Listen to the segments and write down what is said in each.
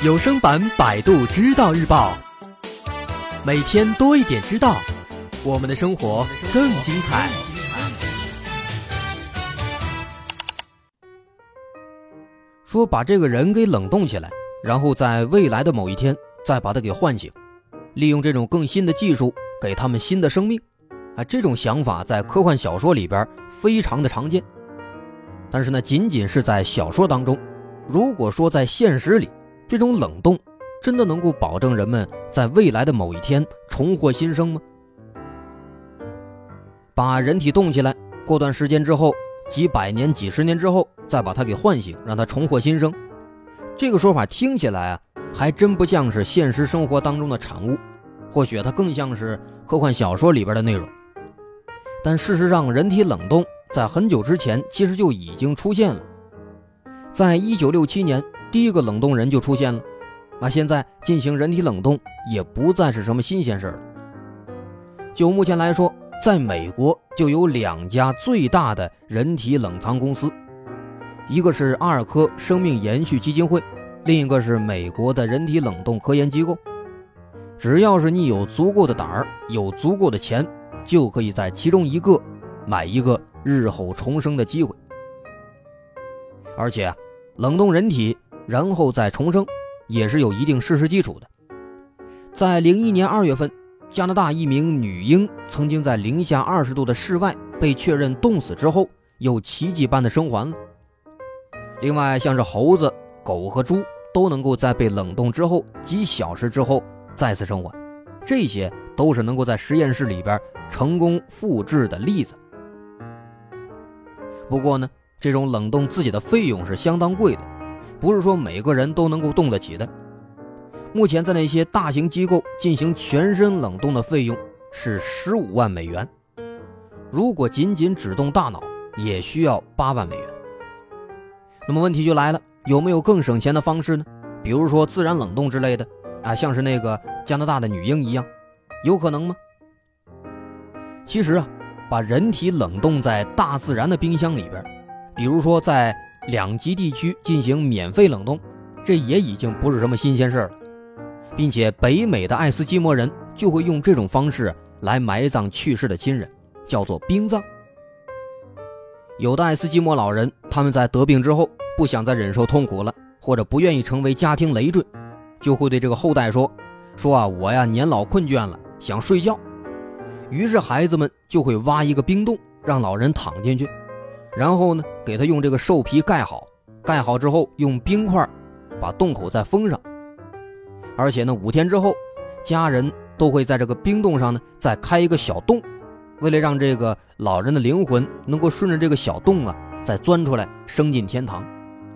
有声版百度知道日报，每天多一点知道，我们的生活更精彩。说把这个人给冷冻起来，然后在未来的某一天再把他给唤醒，利用这种更新的技术给他们新的生命。这种想法在科幻小说里边非常的常见，但是呢，仅仅是在小说当中。如果说在现实里，这种冷冻真的能够保证人们在未来的某一天重获新生吗？把人体冻起来，过段时间之后，几百年几十年之后再把它给唤醒，让它重获新生，这个说法听起来还真不像是现实生活当中的产物，或许它更像是科幻小说里边的内容。但事实上，人体冷冻在很久之前其实就已经出现了。在1967年，第一个冷冻人就出现了。现在进行人体冷冻也不再是什么新鲜事了。就目前来说，在美国就有2家最大的人体冷藏公司，一个是阿尔科生命延续基金会，另一个是美国的人体冷冻科研机构。只要是你有足够的胆儿，有足够的钱，就可以在其中一个买一个日后重生的机会。而且冷冻人体然后再重生也是有一定事实基础的。在01年2月份，加拿大一名女婴曾经在零下20度的室外被确认冻死之后，又奇迹般的生还了。另外像是猴子、狗和猪都能够在被冷冻之后几小时之后再次生还，这些都是能够在实验室里边成功复制的例子。不过呢，这种冷冻自己的费用是相当贵的，不是说每个人都能够冻得起的。目前在那些大型机构进行全身冷冻的费用是15万美元，如果仅仅只冻大脑也需要8万美元。那么问题就来了，有没有更省钱的方式呢？比如说自然冷冻之类的像是那个加拿大的女婴一样，有可能吗？其实把人体冷冻在大自然的冰箱里边，比如说在2极地区进行免费冷冻，这也已经不是什么新鲜事了。并且北美的爱斯基摩人就会用这种方式来埋葬去世的亲人，叫做冰葬。有的爱斯基摩老人，他们在得病之后不想再忍受痛苦了，或者不愿意成为家庭累赘，就会对这个后代说我年老困倦了，想睡觉。于是孩子们就会挖一个冰洞，让老人躺进去，然后呢给他用这个兽皮盖好，盖好之后用冰块把洞口再封上。而且呢5天之后，家人都会在这个冰洞上呢再开一个小洞，为了让这个老人的灵魂能够顺着这个小洞再钻出来升进天堂。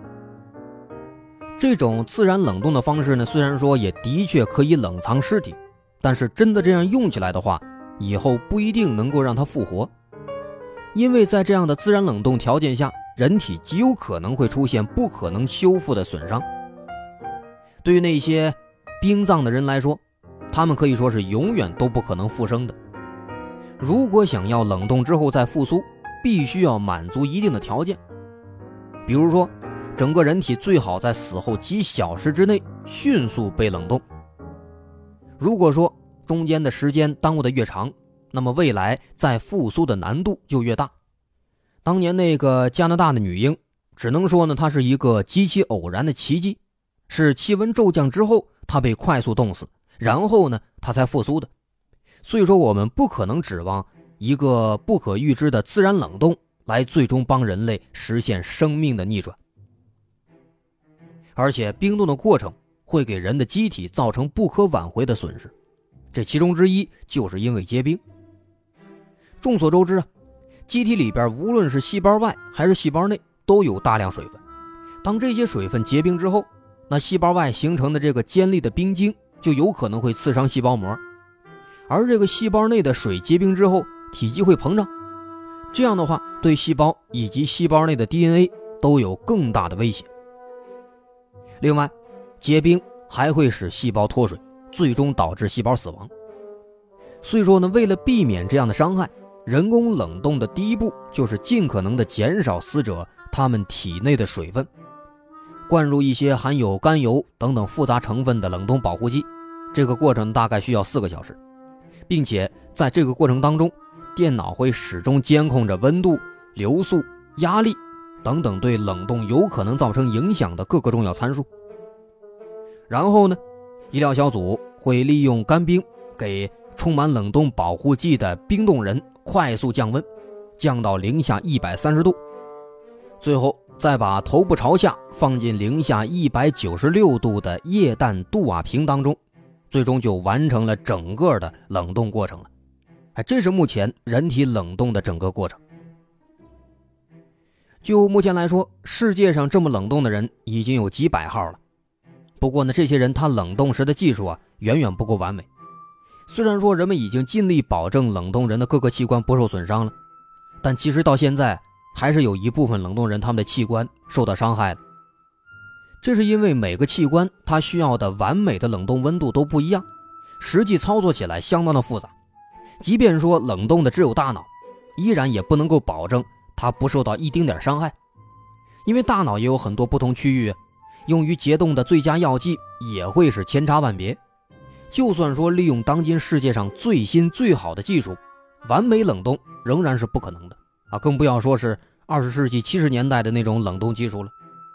这种自然冷冻的方式呢，虽然说也的确可以冷藏尸体，但是真的这样用起来的话，以后不一定能够让它复活。因为在这样的自然冷冻条件下，人体极有可能会出现不可能修复的损伤。对于那些冰葬的人来说，他们可以说是永远都不可能复生的。如果想要冷冻之后再复苏，必须要满足一定的条件，比如说整个人体最好在死后几小时之内迅速被冷冻。如果说中间的时间耽误的越长，那么未来再复苏的难度就越大。当年那个加拿大的女婴，只能说呢，它是一个极其偶然的奇迹，是气温骤降之后她被快速冻死，然后呢她才复苏的。所以说我们不可能指望一个不可预知的自然冷冻来最终帮人类实现生命的逆转。而且冰冻的过程会给人的机体造成不可挽回的损失，这其中之一就是因为结冰。众所周知机体里边无论是细胞外还是细胞内都有大量水分，当这些水分结冰之后，那细胞外形成的这个尖利的冰晶就有可能会刺伤细胞膜，而这个细胞内的水结冰之后体积会膨胀，这样的话对细胞以及细胞内的 DNA 都有更大的威胁。另外结冰还会使细胞脱水，最终导致细胞死亡。所以说呢，为了避免这样的伤害，人工冷冻的第一步就是尽可能的减少死者他们体内的水分， 灌入一些含有甘油等等复杂成分的冷冻保护剂，这个过程大概需要4个小时，并且在这个过程当中，电脑会始终监控着温度、流速、压力等等对冷冻有可能造成影响的各个重要参数。然后呢，医疗小组会利用干冰给充满冷冻保护剂的冰冻人快速降温，降到零下130度，最后再把头部朝下放进零下196度的液氮镀瓦瓶当中，最终就完成了整个的冷冻过程了。这是目前人体冷冻的整个过程。就目前来说，世界上这么冷冻的人已经有几百号了。不过呢，这些人他冷冻时的技术远远不够完美。虽然说人们已经尽力保证冷冻人的各个器官不受损伤了，但其实到现在还是有一部分冷冻人他们的器官受到伤害了。这是因为每个器官它需要的完美的冷冻温度都不一样，实际操作起来相当的复杂。即便说冷冻的只有大脑，依然也不能够保证它不受到一丁点伤害，因为大脑也有很多不同区域，用于解冻的最佳药剂也会是千差万别。就算说利用当今世界上最新最好的技术，完美冷冻仍然是不可能的更不要说是20世纪70年代的那种冷冻技术了。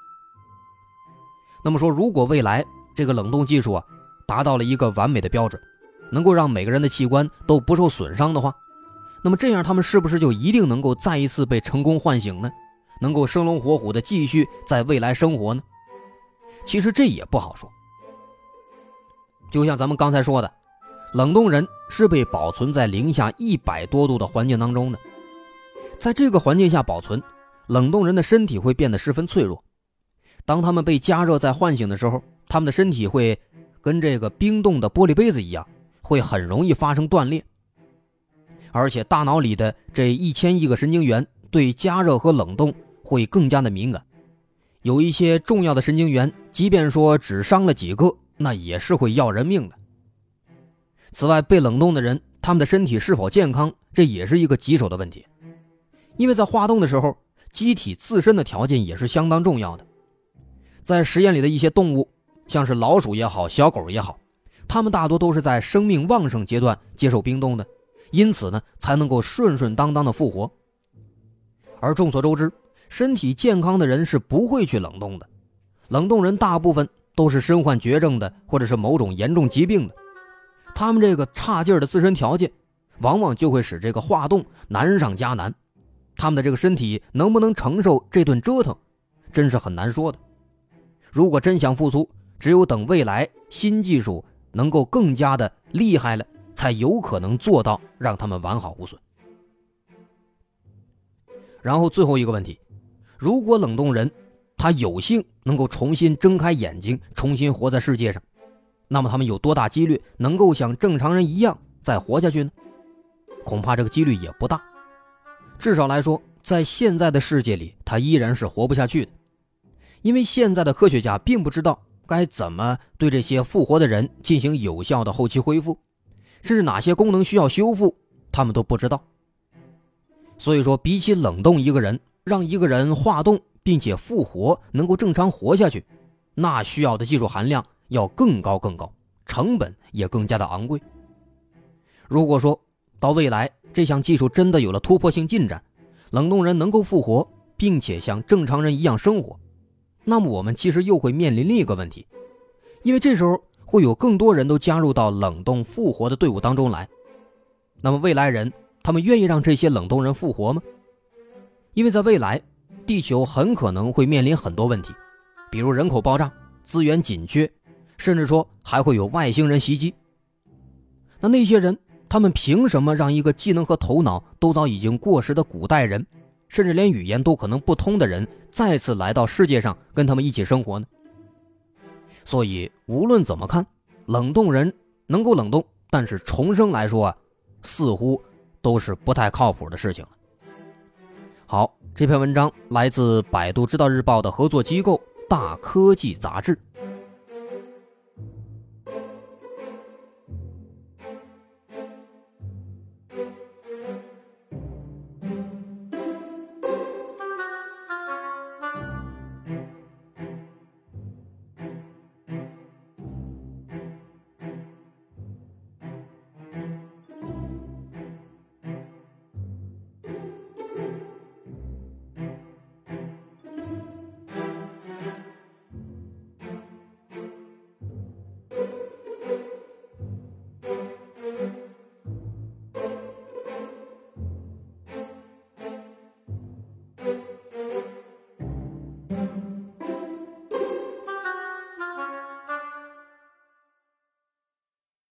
那么说，如果未来这个冷冻技术达到了一个完美的标准，能够让每个人的器官都不受损伤的话，那么这样他们是不是就一定能够再一次被成功唤醒呢？能够生龙活虎的继续在未来生活呢？其实这也不好说。就像咱们刚才说的，冷冻人是被保存在零下100多度的环境当中的，在这个环境下保存，冷冻人的身体会变得十分脆弱。当他们被加热再唤醒的时候，他们的身体会跟这个冰冻的玻璃杯子一样，会很容易发生断裂。而且大脑里的这1000亿个神经元对加热和冷冻会更加的敏感，有一些重要的神经元即便说只伤了几个，那也是会要人命的。此外，被冷冻的人他们的身体是否健康，这也是一个棘手的问题，因为在化冻的时候，机体自身的条件也是相当重要的。在实验里的一些动物，像是老鼠也好，小狗也好，它们大多都是在生命旺盛阶段接受冰冻的，因此呢，才能够顺顺当当的复活。而众所周知，身体健康的人是不会去冷冻的，冷冻人大部分都是身患绝症的，或者是某种严重疾病的，他们这个差劲的自身条件，往往就会使这个化冻难上加难。他们的这个身体能不能承受这顿折腾，真是很难说的。如果真想复苏，只有等未来新技术能够更加的厉害了，才有可能做到让他们完好无损。然后最后一个问题，如果冷冻人他有幸能够重新睁开眼睛，重新活在世界上，那么他们有多大几率能够像正常人一样再活下去呢？恐怕这个几率也不大。至少来说，在现在的世界里，他依然是活不下去的。因为现在的科学家并不知道该怎么对这些复活的人进行有效的后期恢复，甚至哪些功能需要修复，他们都不知道。所以说，比起冷冻一个人，让一个人化冻并且复活，能够正常活下去，那需要的技术含量要更高更高，成本也更加的昂贵。如果说到未来这项技术真的有了突破性进展，冷冻人能够复活，并且像正常人一样生活，那么我们其实又会面临另一个问题，因为这时候会有更多人都加入到冷冻复活的队伍当中来。那么未来人他们愿意让这些冷冻人复活吗？因为在未来，地球很可能会面临很多问题，比如人口爆炸、资源紧缺，甚至说还会有外星人袭击。那些人他们凭什么让一个技能和头脑都早已经过时的古代人，甚至连语言都可能不通的人再次来到世界上跟他们一起生活呢？所以无论怎么看，冷冻人能够冷冻，但是重生来说似乎都是不太靠谱的事情了。好，这篇文章来自百度知道日报的合作机构大科技杂志。